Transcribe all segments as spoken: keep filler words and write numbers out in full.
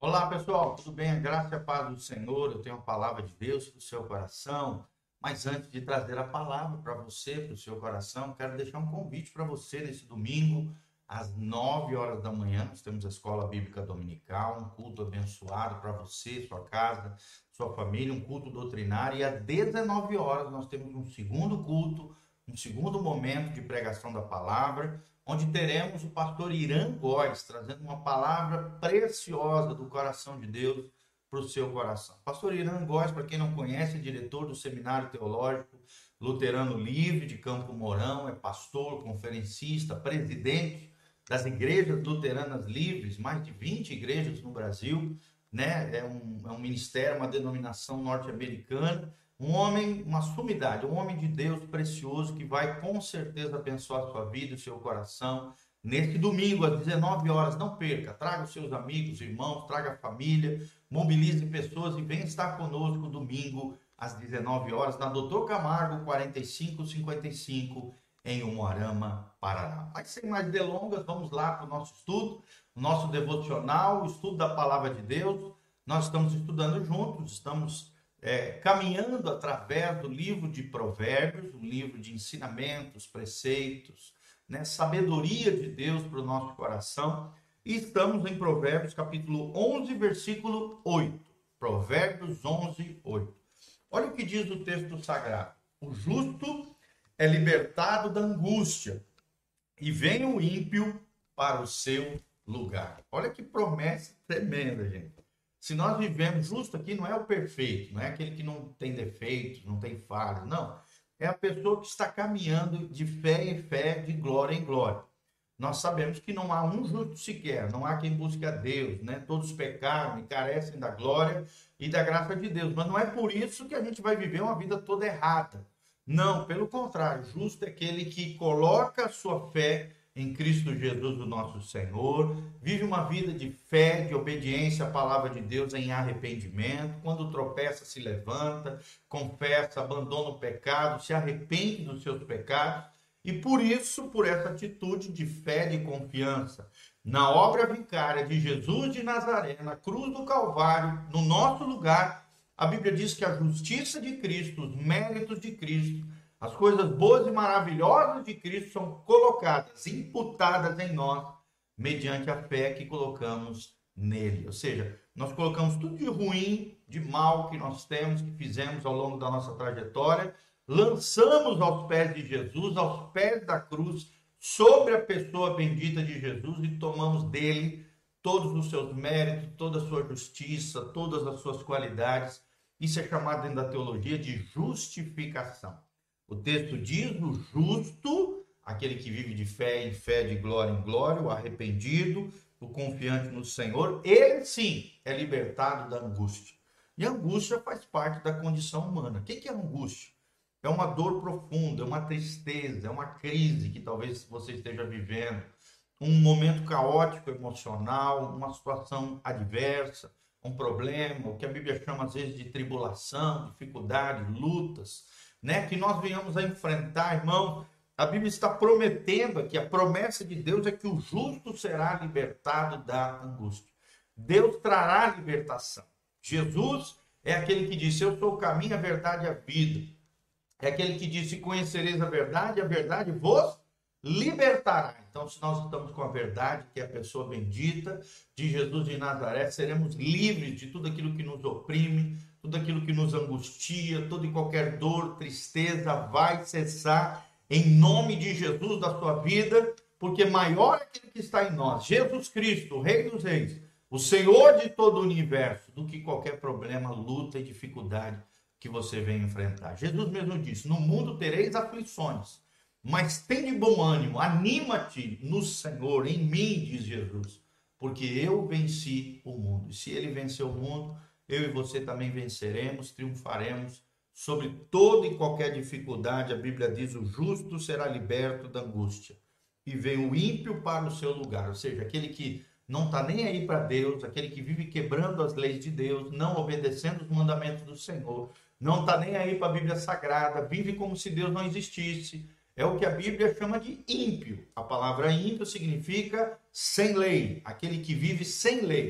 Olá pessoal, tudo bem? A graça e a paz do Senhor. Eu tenho a palavra de Deus para o seu coração. Mas antes de trazer a palavra para você, para o seu coração, quero deixar um convite para você nesse domingo, às nove horas da manhã. Nós temos a Escola Bíblica Dominical, um culto abençoado para você, sua casa, sua família, um culto doutrinário. E às dezenove horas nós temos um segundo culto, um segundo momento de pregação da palavra, onde teremos o pastor Irã Góes trazendo uma palavra preciosa do coração de Deus para o seu coração. Pastor Irã Góes, para quem não conhece, é diretor do Seminário Teológico Luterano Livre de Campo Mourão, é pastor, conferencista, presidente das igrejas luteranas livres, mais de vinte igrejas no Brasil, né? É um, é um ministério, uma denominação norte-americana. Um homem, uma sumidade, um homem de Deus precioso que vai com certeza abençoar a sua vida e o seu coração. Neste domingo, às dezenove horas, não perca, traga os seus amigos, irmãos, traga a família, mobilize pessoas e venha estar conosco domingo, às dezenove horas, na doutor Camargo, quarenta e cinco cinquenta e cinco, em Umuarama, Paraná. Mas sem mais delongas, vamos lá para o nosso estudo, o nosso devocional, o estudo da Palavra de Deus. Nós estamos estudando juntos, estamos É, caminhando através do livro de Provérbios, um livro de ensinamentos, preceitos, né, sabedoria de Deus para o nosso coração. E estamos em Provérbios capítulo onze, versículo oito. Provérbios onze, oito. Olha o que diz o texto sagrado. O justo é libertado da angústia e vem o ímpio para o seu lugar. Olha que promessa tremenda, gente. Se nós vivemos, justo aqui não é o perfeito, não é aquele que não tem defeitos, não tem falhas, não. É a pessoa que está caminhando de fé em fé, de glória em glória. Nós sabemos que não há um justo sequer, não há quem busque a Deus, né? Todos pecaram e carecem da glória e da graça de Deus. Mas não é por isso que a gente vai viver uma vida toda errada. Não, pelo contrário, justo é aquele que coloca a sua fé em Cristo Jesus, o nosso Senhor, vive uma vida de fé, de obediência à palavra de Deus em arrependimento. Quando tropeça, se levanta, confessa, abandona o pecado, se arrepende dos seus pecados. E por isso, por essa atitude de fé, de confiança na obra vicária de Jesus de Nazaré, na cruz do Calvário, no nosso lugar, a Bíblia diz que a justiça de Cristo, os méritos de Cristo, as coisas boas e maravilhosas de Cristo são colocadas, imputadas em nós, mediante a fé que colocamos nele. Ou seja, nós colocamos tudo de ruim, de mal que nós temos, que fizemos ao longo da nossa trajetória, lançamos aos pés de Jesus, aos pés da cruz, sobre a pessoa bendita de Jesus e tomamos dele todos os seus méritos, toda a sua justiça, todas as suas qualidades. Isso é chamado dentro da teologia de justificação. O texto diz: o justo, aquele que vive de fé em fé, de glória em glória, o arrependido, o confiante no Senhor, ele sim é libertado da angústia. E a angústia faz parte da condição humana. O que é angústia? É uma dor profunda, é uma tristeza, é uma crise que talvez você esteja vivendo, um momento caótico emocional, uma situação adversa, um problema, o que a Bíblia chama às vezes de tribulação, dificuldade, lutas, né, que nós venhamos a enfrentar, irmão. A Bíblia está prometendo aqui, a promessa de Deus é que o justo será libertado da angústia. Deus trará libertação. Jesus é aquele que disse: eu sou o caminho, a verdade e a vida. É aquele que disse: conhecereis a verdade, a verdade vos libertará. Então, se nós estamos com a verdade, que é a pessoa bendita de Jesus de Nazaré, seremos livres de tudo aquilo que nos oprime, tudo aquilo que nos angustia, toda e qualquer dor, tristeza vai cessar em nome de Jesus da sua vida, porque maior é aquele que está em nós, Jesus Cristo, o Rei dos Reis, o Senhor de todo o universo, do que qualquer problema, luta e dificuldade que você venha enfrentar. Jesus mesmo disse: no mundo tereis aflições, mas tem de bom ânimo, anima-te no Senhor, em mim, diz Jesus, porque eu venci o mundo. E se ele venceu o mundo, eu e você também venceremos, triunfaremos sobre toda e qualquer dificuldade. A Bíblia diz: o justo será liberto da angústia e vem o ímpio para o seu lugar. Ou seja, aquele que não está nem aí para Deus, aquele que vive quebrando as leis de Deus, não obedecendo os mandamentos do Senhor, não está nem aí para a Bíblia Sagrada, vive como se Deus não existisse. É o que a Bíblia chama de ímpio. A palavra ímpio significa sem lei, aquele que vive sem lei.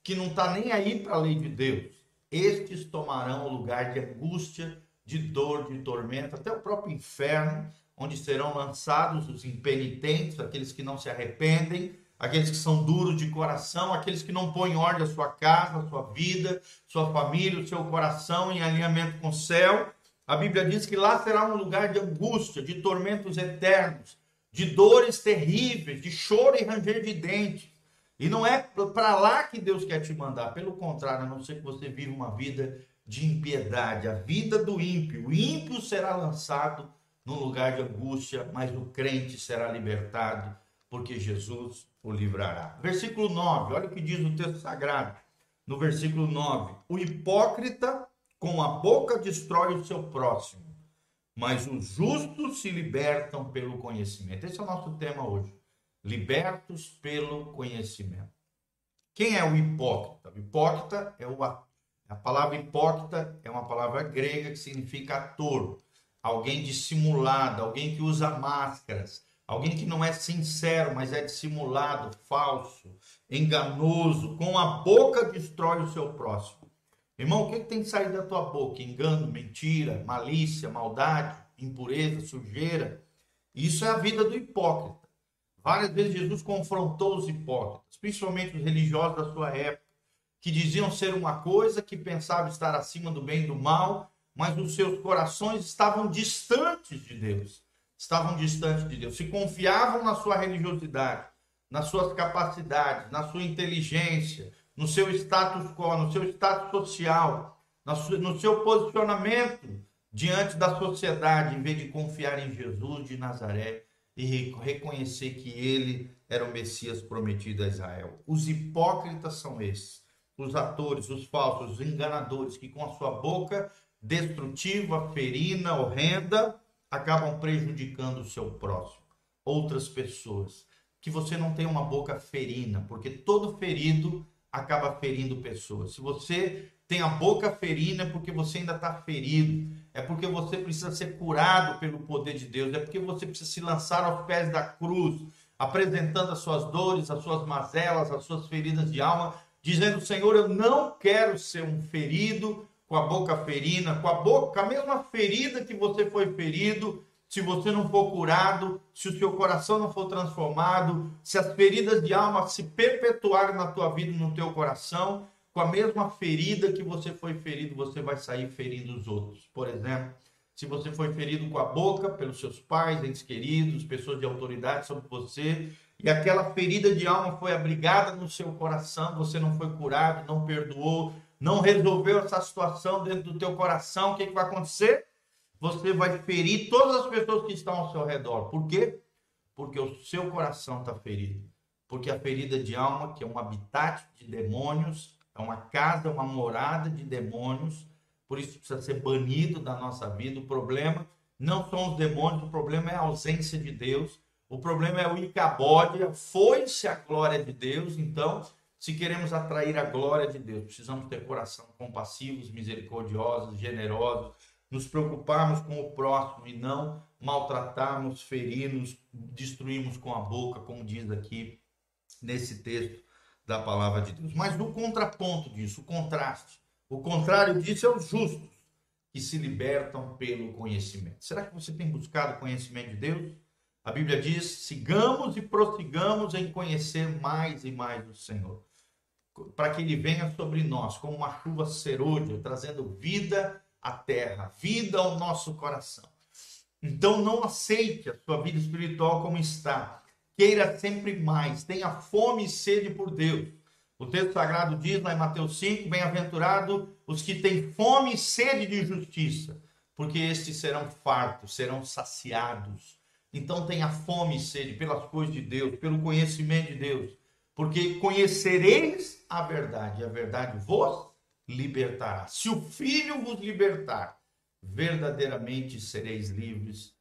que não está nem aí para a lei de Deus, estes tomarão o lugar de angústia, de dor, de tormento, até o próprio inferno, onde serão lançados os impenitentes, aqueles que não se arrependem, aqueles que são duros de coração, aqueles que não põem em ordem a sua casa, a sua vida, sua família, o seu coração em alinhamento com o céu. A Bíblia diz que lá será um lugar de angústia, de tormentos eternos, de dores terríveis, de choro e ranger de dentes. E não é para lá que Deus quer te mandar, pelo contrário, a não ser que você viva uma vida de impiedade, a vida do ímpio. O ímpio será lançado num lugar de angústia, mas o crente será libertado, porque Jesus o livrará. Versículo nove, olha o que diz o texto sagrado. No versículo nove, o hipócrita com a boca destrói o seu próximo, mas os justos se libertam pelo conhecimento. Esse é o nosso tema hoje. Libertos pelo conhecimento. Quem é o hipócrita? O hipócrita é o ator. A palavra hipócrita é uma palavra grega que significa ator, alguém dissimulado, alguém que usa máscaras, alguém que não é sincero, mas é dissimulado, falso, enganoso, com a boca destrói o seu próximo. Irmão, o que, que tem que sair da tua boca? Engano, mentira, malícia, maldade, impureza, sujeira. Isso é a vida do hipócrita. Várias vezes Jesus confrontou os hipócritas, principalmente os religiosos da sua época, que diziam ser uma coisa, que pensavam estar acima do bem e do mal, mas os seus corações estavam distantes de Deus. Estavam distantes de Deus. Se confiavam na sua religiosidade, nas suas capacidades, na sua inteligência, no seu status quo, no seu status social, no seu posicionamento diante da sociedade, em vez de confiar em Jesus de Nazaré e reconhecer que ele era o Messias prometido a Israel. Os hipócritas são esses, os atores, os falsos, os enganadores, que com a sua boca destrutiva, ferina, horrenda, acabam prejudicando o seu próximo, outras pessoas. Que você não tenha uma boca ferina, porque todo ferido acaba ferindo pessoas. Se você tem a boca ferina, é porque você ainda está ferido, é porque você precisa ser curado pelo poder de Deus, é porque você precisa se lançar aos pés da cruz, apresentando as suas dores, as suas mazelas, as suas feridas de alma, dizendo: Senhor, eu não quero ser um ferido, com a boca ferina, com a boca, a mesma ferida que você foi ferido. Se você não for curado, se o seu coração não for transformado, se as feridas de alma se perpetuarem na tua vida e no teu coração, com a mesma ferida que você foi ferido, você vai sair ferindo os outros. Por exemplo, se você foi ferido com a boca pelos seus pais, entes queridos, pessoas de autoridade sobre você, e aquela ferida de alma foi abrigada no seu coração, você não foi curado, não perdoou, não resolveu essa situação dentro do teu coração, o que, que vai acontecer? Você vai ferir todas as pessoas que estão ao seu redor. Por quê? Porque o seu coração está ferido. Porque a ferida de alma, que é um habitat de demônios, é uma casa, uma morada de demônios, por isso precisa ser banido da nossa vida. O problema não são os demônios, o problema é a ausência de Deus. O problema é o Icabode, foi-se a glória de Deus. Então, se queremos atrair a glória de Deus, precisamos ter coração compassivos, misericordiosos, generosos, nos preocuparmos com o próximo e não maltratarmos, ferirmos, destruirmos com a boca, como diz aqui nesse texto da palavra de Deus. Mas no contraponto disso, o contraste, o contrário disso é os justos, que se libertam pelo conhecimento. Será que você tem buscado o conhecimento de Deus? A Bíblia diz: sigamos e prossigamos em conhecer mais e mais o Senhor, para que Ele venha sobre nós como uma chuva serôdia, trazendo vida à terra, vida ao nosso coração. Então não aceite a sua vida espiritual como está. Queira sempre mais, tenha fome e sede por Deus. O texto sagrado diz lá em Mateus cinco: bem-aventurado os que têm fome e sede de justiça, porque estes serão fartos, serão saciados. Então tenha fome e sede pelas coisas de Deus, pelo conhecimento de Deus, porque conhecereis a verdade, e a verdade vos libertará. Se o Filho vos libertar, verdadeiramente sereis livres.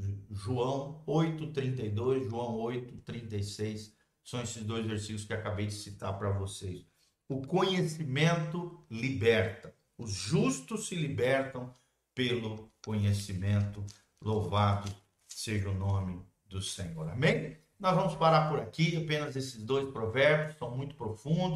João oito, trinta e dois, João oito, trinta e seis, são esses dois versículos que acabei de citar para vocês. O conhecimento liberta. Os justos se libertam pelo conhecimento. Louvado seja o nome do Senhor. Amém? Nós vamos parar por aqui. Apenas esses dois provérbios são muito profundos,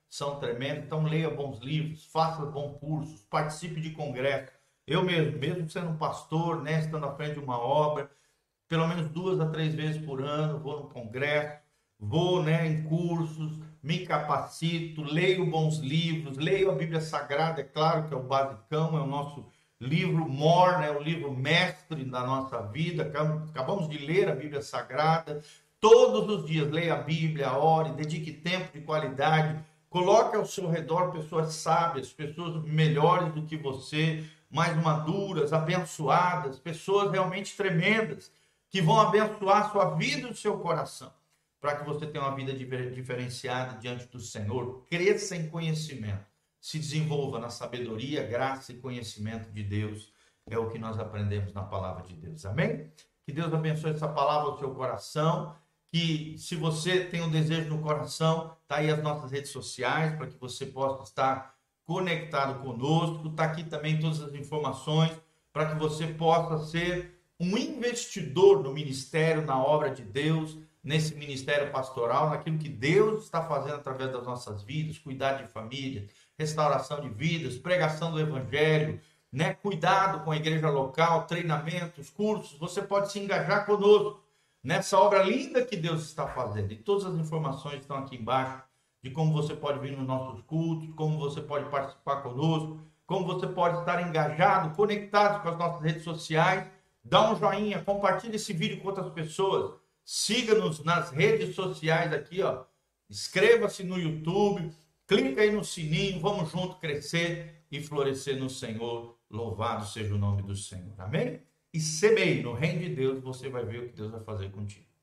são tremendos. Então leia bons livros, faça bons cursos, participe de congressos. Eu mesmo, mesmo sendo um pastor, né, estando à frente de uma obra, pelo menos duas a três vezes por ano, vou no congresso, vou, né, em cursos, me capacito, leio bons livros, leio a Bíblia Sagrada, é claro que é o basicão, é o nosso livro mor, né, o livro mestre da nossa vida. Acabamos de ler a Bíblia Sagrada. Todos os dias leia a Bíblia, ore, dedique tempo de qualidade, coloque ao seu redor pessoas sábias, pessoas melhores do que você, mais maduras, abençoadas, pessoas realmente tremendas, que vão abençoar a sua vida e o seu coração, para que você tenha uma vida diferenciada diante do Senhor. Cresça em conhecimento, se desenvolva na sabedoria, graça e conhecimento de Deus. É o que nós aprendemos na palavra de Deus. Amém? Que Deus abençoe essa palavra ao seu coração. Que se você tem um desejo no coração, tá aí as nossas redes sociais para que você possa estar conectado conosco. Tá aqui também todas as informações para que você possa ser um investidor no ministério, na obra de Deus, nesse ministério pastoral, naquilo que Deus está fazendo através das nossas vidas, cuidar de família, restauração de vidas, pregação do evangelho, né? Cuidado com a igreja local, treinamentos, cursos. Você pode se engajar conosco nessa obra linda que Deus está fazendo. E todas as informações estão aqui embaixo de como você pode vir nos nossos cultos, como você pode participar conosco, como você pode estar engajado, conectado com as nossas redes sociais. Dá um joinha, compartilhe esse vídeo com outras pessoas. Siga-nos nas redes sociais aqui, ó. Inscreva-se no YouTube, clica aí no sininho, vamos junto crescer e florescer no Senhor. Louvado seja o nome do Senhor. Amém? E semeie no reino de Deus, você vai ver o que Deus vai fazer contigo.